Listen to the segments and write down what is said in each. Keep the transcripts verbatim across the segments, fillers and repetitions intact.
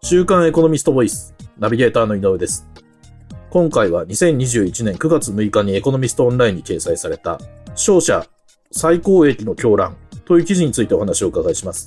週刊エコノミストボイスナビゲーターの井上です。今回はにせんにじゅういちねんくがつむいかにエコノミストオンラインに掲載された商社最高益の狂乱という記事についてお話をお伺いします。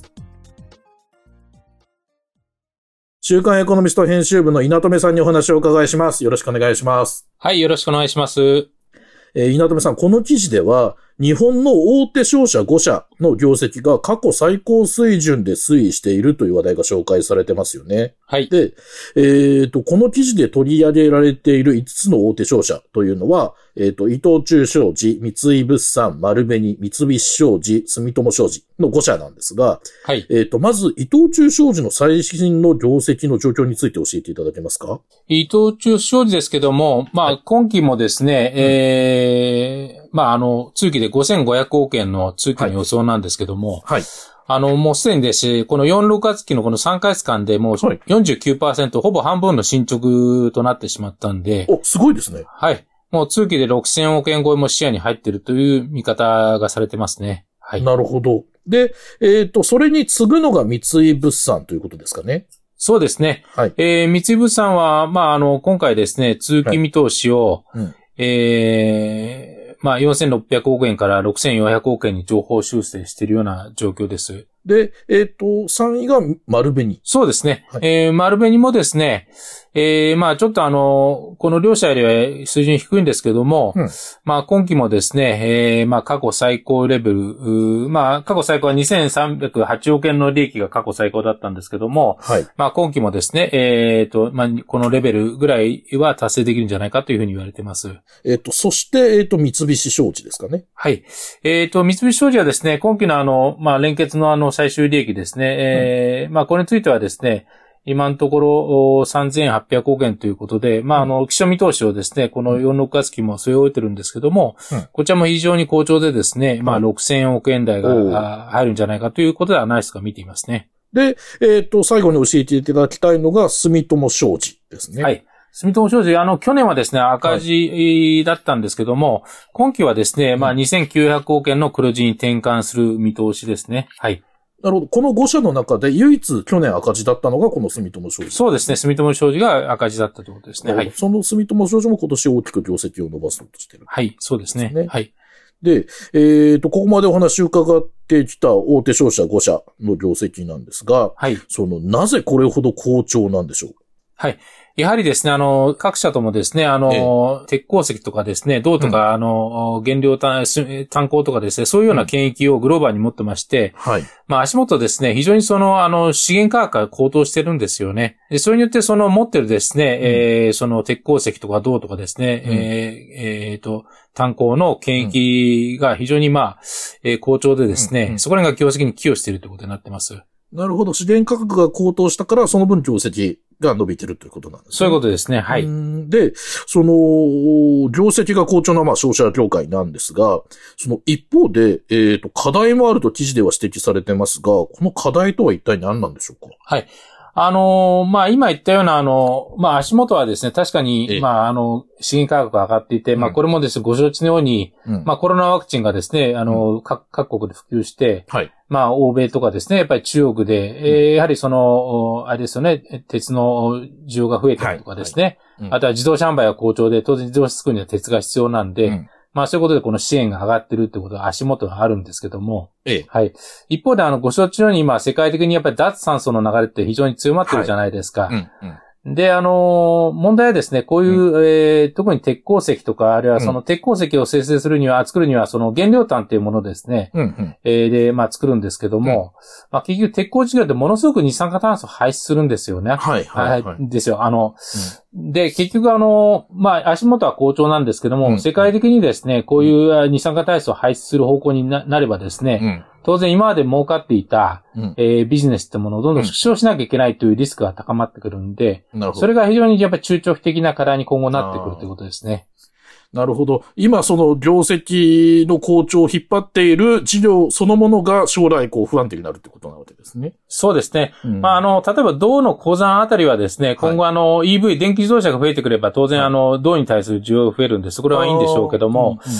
週刊エコノミスト編集部の稲留さんにお話をお伺いします。よろしくお願いします。 はい、よろしくお願いします。 えー、稲留さん、この記事では日本の大手商社ごしゃの業績が過去最高水準で推移しているという話題が紹介されてますよね。 はい。 で、えっと、この記事で取り上げられているいつつの大手商社というのは、えっと、伊藤忠商事、三井物産、丸紅、三菱商事、住友商事のごしゃなんですが、 はい。 えっと、まず伊藤忠商事の最新の業績の状況について教えていただけますか？ 伊藤忠商事ですけども、まあ、はい、今期もですね、えー、うん、まあ、あの、通期でごせんごひゃくおくえんの通期の予想なんですけども、はい。はい、あの、もうすでにですね、このよん、ろくがつ期のこのさんかげつかんでもう よんじゅうきゅうパーセント、はい、ほぼ半分の進捗となってしまったんで。 お、すごいですね。 はい。もう通期でろくせんおくえん超えも視野に入っているという見方がされてますね。はい。 なるほど。で、えっと、それに次ぐのが三井物産ということですかね。 そうですね。はい。えー、三井物産は、まあ、あの、今回ですね、通期見通しを、はい、うん、えー、まあ、よんせんろっぴゃくおくえんからろくせんよんひゃくおくえんに上方修正しているような状況です。 で、えっと、さんいが丸紅。 そうですね。はい、えー、丸紅もですね、えー、まあちょっとあの、この両社よりは水準低いんですけども、うん、まあ今期もですね、えー、まあ過去最高レベル、まあ過去最高はにせんさんびゃくはちおくえんの利益が過去最高だったんですけども、はい、まあ今期もですね、えーと、まあこのレベルぐらいは達成できるんじゃないかというふうに言われています。 えっと、そして、えっと、三菱商事ですかね。 はい。えっと、三菱商事はですね、今期のあの、まあ連結のあの最終利益ですね、えー、うん、まあこれについてはですね、今のところさんぜんはっぴゃくおくえんということで、まあ、あの、期初見通しをですね、このよん、ろくがつ期も据え置いてるんですけども、うん、こちらも非常に好調でですね、まあ、ろくせんおくえん台が入るんじゃないかということでアナリストが見ていますね。 で、えっと、最後に教えていただきたいのが、住友商事ですね。 はい。住友商事、あの、去年はですね、赤字だったんですけども、はい、今期はですね、まあ、にせんきゅうひゃくおくえんの黒字に転換する見通しですね。はい。 なるほど。このごしゃの中で唯一去年赤字だったのがこの住友商事。 そうですね。住友商事が赤字だったということですね。はい。 その住友商事も今年大きく業績を伸ばそうとしている、 はい。そうですね。はい。 で、えっと、ここまでお話を伺ってきた大手商社ごしゃの業績なんですが、はい。その、なぜこれほど好調なんでしょう？ はい。やはりですね、あの、各社ともですね、あの、ええ、鉄鉱石とかですね、銅とか、うん、あの、原料炭、炭鉱とかですね、そういうような権益をグローバルに持ってまして、うん、はい。まあ足元ですね、非常にその、あの、資源価格が高騰してるんですよね。でそれによってその持ってるですね、うん、えー、その鉄鉱石とか銅とかですね、うん、えー、えーと、炭鉱の権益が非常にまあ、えー、好調でですね、うんうん、そこら辺が業績に寄与しているということになってます。 なるほど。資源価格が高騰したから、その分業績が伸びてるということなんですね。 そういうことですね。はい。 で、その、業績が好調な、まあ、商社業界なんですが、その一方で、えっと、課題もあると記事では指摘されてますが、この課題とは一体何なんでしょうか？ はい。あのー、まあ、今言ったような、あの、まあ、足元はですね、確かに、まあ、あの、資源価格が上がっていて、うん、まあ、これもですね、ご承知のように、うん、まあ、コロナワクチンがですね、あの、うん、各, 各国で普及して、はい。まあ、欧米とかですね、やっぱり中国で、うん、えー、やはりその、あれですよね、鉄の需要が増えたりとかですね、はいはい、あとは自動車販売が好調で、当然自動車作るには鉄が必要なんで、うんまあそういうことでこの支援が上がってるってことは足元があるんですけども。ええ。はい。一方であのご承知のように今世界的にやっぱり脱炭素の流れって非常に強まってるじゃないですか。はい、うんうんで、あのー、問題はですね、こういう、うん、えー、特に鉄鉱石とか、あるいはその鉄鉱石を生成するには、作るには、その原料炭っていうものですね、うんうんえー、で、まあ作るんですけども、うん、まあ結局鉄鉱事業ってものすごく二酸化炭素排出するんですよね。はい、はい、はい。ですよ。あの、うん、で、結局あの、まあ足元は好調なんですけども、うん、世界的にですね、こういう二酸化炭素を排出する方向に な, なればですね、うん当然今まで儲かっていた、うんえー、ビジネスってものをどんどん縮小しなきゃいけないというリスクが高まってくるんで、うん、それが非常にやっぱり中長期的な課題に今後なってくるということですね。 なるほど。今その業績の好調を引っ張っている事業そのものが将来こう不安定になるってことなわけですね。 そうですね。うん、まああの、例えば銅の鉱山あたりはですね、今後あの、はい、イーブイ、電気自動車が増えてくれば当然あの、銅に対する需要が増えるんです。これはいいんでしょうけども、うんうん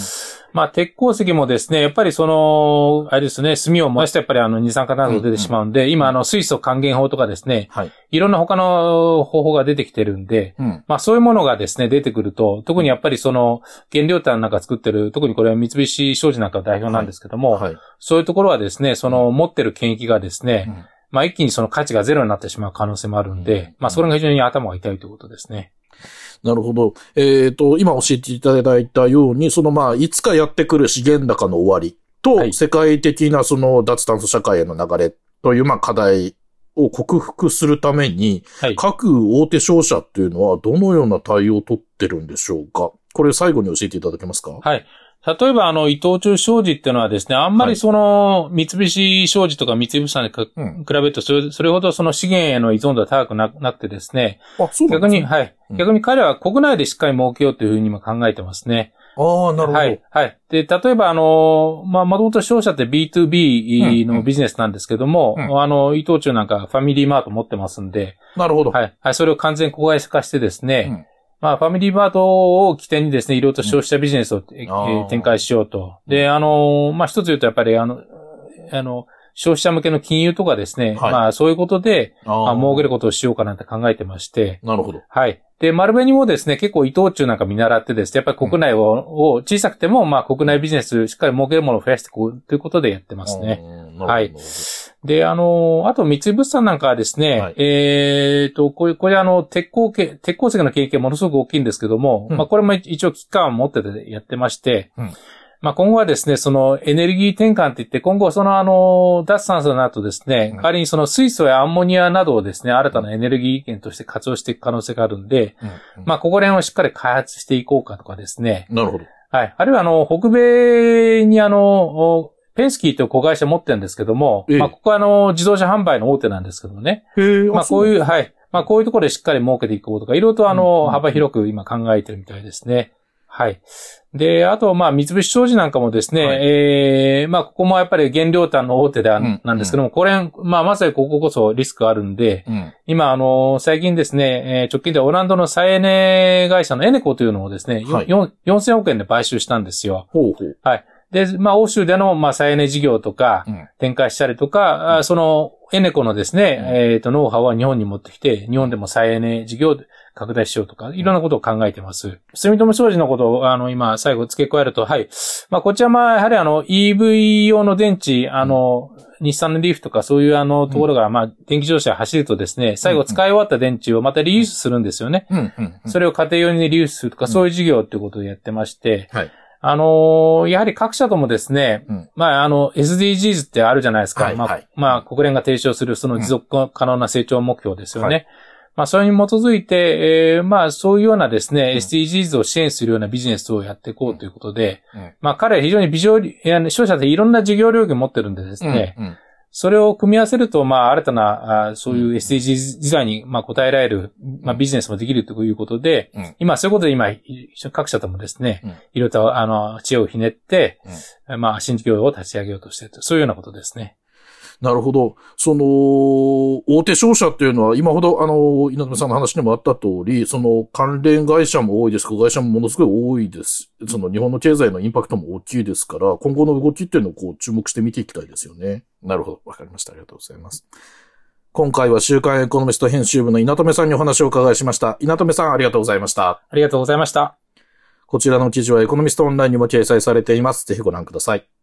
まあ、鉄鉱石もですね、やっぱりその、あれですね、炭を燃やしてやっぱりあの二酸化炭素出てしまうんで、うんうん、今あの水素還元法とかですね、はい。いろんな他の方法が出てきてるんで、うん、まあそういうものがですね、出てくると、特にやっぱりその原料炭なんか作ってる、特にこれは三菱商事なんか代表なんですけども、はいはい、そういうところはですね、その持ってる権益がですね、うん、まあ一気にその価値がゼロになってしまう可能性もあるんで、うん、まあそれが非常に頭が痛いということですね。 なるほど。えっと、今教えていただいたように、そのまあ、いつかやってくる資源高の終わりと、はい、世界的なその脱炭素社会への流れというまあ課題を克服するために、はい、各大手商社っていうのはどのような対応を取ってるんでしょうか？これ最後に教えていただけますか？ はい。例えば、あの、伊藤忠商事っていうのはですね、あんまりその、三菱商事とか三菱さんに比べると、それ、それほどその資源への依存度は高くなくてですね。 あ、そうなんですね。 逆に、はい。うん、逆に彼は国内でしっかり儲けようというふうに今考えてますね。 ああ、なるほど。 はい。はい。で、例えば、あの、まあ、もともと商社って ビーツービー のビジネスなんですけども、うんうん、あの、伊藤忠なんかファミリーマート持ってますんで。 なるほど。 はい。はい。それを完全子会社化してですね、うん、まあ、ファミリーマートを起点にですね、いろいろと消費者ビジネスを、うんえー、展開しようと。で、あの、まあ、一つ言うとやっぱりあの、あの、消費者向けの金融とかですね、はい、まあ、そういうことで、あ儲けることをしようかなって考えてまして。 なるほど。 はい。で、丸紅もですね、結構伊藤忠なんか見習ってですね、やっぱり国内を、うん、を小さくても、まあ、国内ビジネスしっかり儲けるものを増やしていこうということでやってますね。はい。で、あの、あと、三井物産なんかはですね、はい、えっと、これ、これあの、鉄鋼系、鉄鉱石の経験ものすごく大きいんですけども、うん、まあ、これも一応危機感を持っててやってまして、うん、まあ、今後はですね、そのエネルギー転換って言って、今後そのあの、脱炭素の後ですね、うん、代わりにその水素やアンモニアなどをですね、新たなエネルギー源として活用していく可能性があるんで、うんうん、まあ、ここら辺をしっかり開発していこうかとかですね。 なるほど。 はい。あるいはあの、北米にあの、ペンスキーという子会社持ってるんですけども、ええ、まあ、ここはあの、自動車販売の大手なんですけどもね。 へえ、 まあ、こういう、はい。まあ、こういうところでしっかり儲けていこうとか、いろいろとあの、うんうん、幅広く今考えてるみたいですね。はい。で、あと、まあ、三菱商事なんかもですね、はい、ええー、まあ、ここもやっぱり原料炭の大手であ、うん、なんですけども、これ、まあ、まさにこここそリスクあるんで、うん、今、あの、最近ですね、直近でオランダの再エネ会社のエネコというのをですね、はい、よんせんおくえんで買収したんですよ。 ほうほう。 はい。で、まあ、欧州での、まあ、再エネ事業とか、展開したりとか、うん、その、エネコのですね、うん、えっと、ノウハウは日本に持ってきて、日本でも再エネ事業拡大しようとか、いろんなことを考えてます。住友商事のことを、あの、今、最後付け加えると、はい。まあ、こちらは、やはりあの、イーブイ 用の電池、あの、うん、日産のリーフとかそういうあの、ところが、まあ、電気自動車走るとですね、最後使い終わった電池をまたリユースするんですよね。うんうんうん、それを家庭用にリユースするとか、そういう事業っていうことをやってまして、はい。あのー、やはり各社ともですね、うん、まあ、あの、エスディージーズ ってあるじゃないですか。はいはい、まあ、まあ、国連が提唱するその持続可能な成長目標ですよね。うんはい、まあ、それに基づいて、えー、まあ、そういうようなですね、うん、エスディージーズ を支援するようなビジネスをやっていこうということで、うん、まあ、彼は非常にビジョン、商社でいろんな事業領域を持ってるんでですね、うんうん、それを組み合わせると、まあ、新たな、あそういう エスディージーズ 時代に、まあ、応えられる、まあ、ビジネスもできるということで、うん、今、そういうことで今、各社ともですね、うん、いろいろと、あの、知恵をひねって、うん、まあ、新事業を立ち上げようとしていると、そういうようなことですね。 なるほど。その、大手商社っていうのは、今ほど、あの、稲富さんの話にもあった通り、その、関連会社も多いです、子会社もものすごい多いです。その、日本の経済のインパクトも大きいですから、今後の動きっていうのをこう、注目して見ていきたいですよね。なるほど。わかりました。ありがとうございます。今回は週刊エコノミスト編集部の稲富さんにお話をお伺いしました。稲富さん、ありがとうございました。 ありがとうございました。 こちらの記事はエコノミストオンラインにも掲載されています。ぜひご覧ください。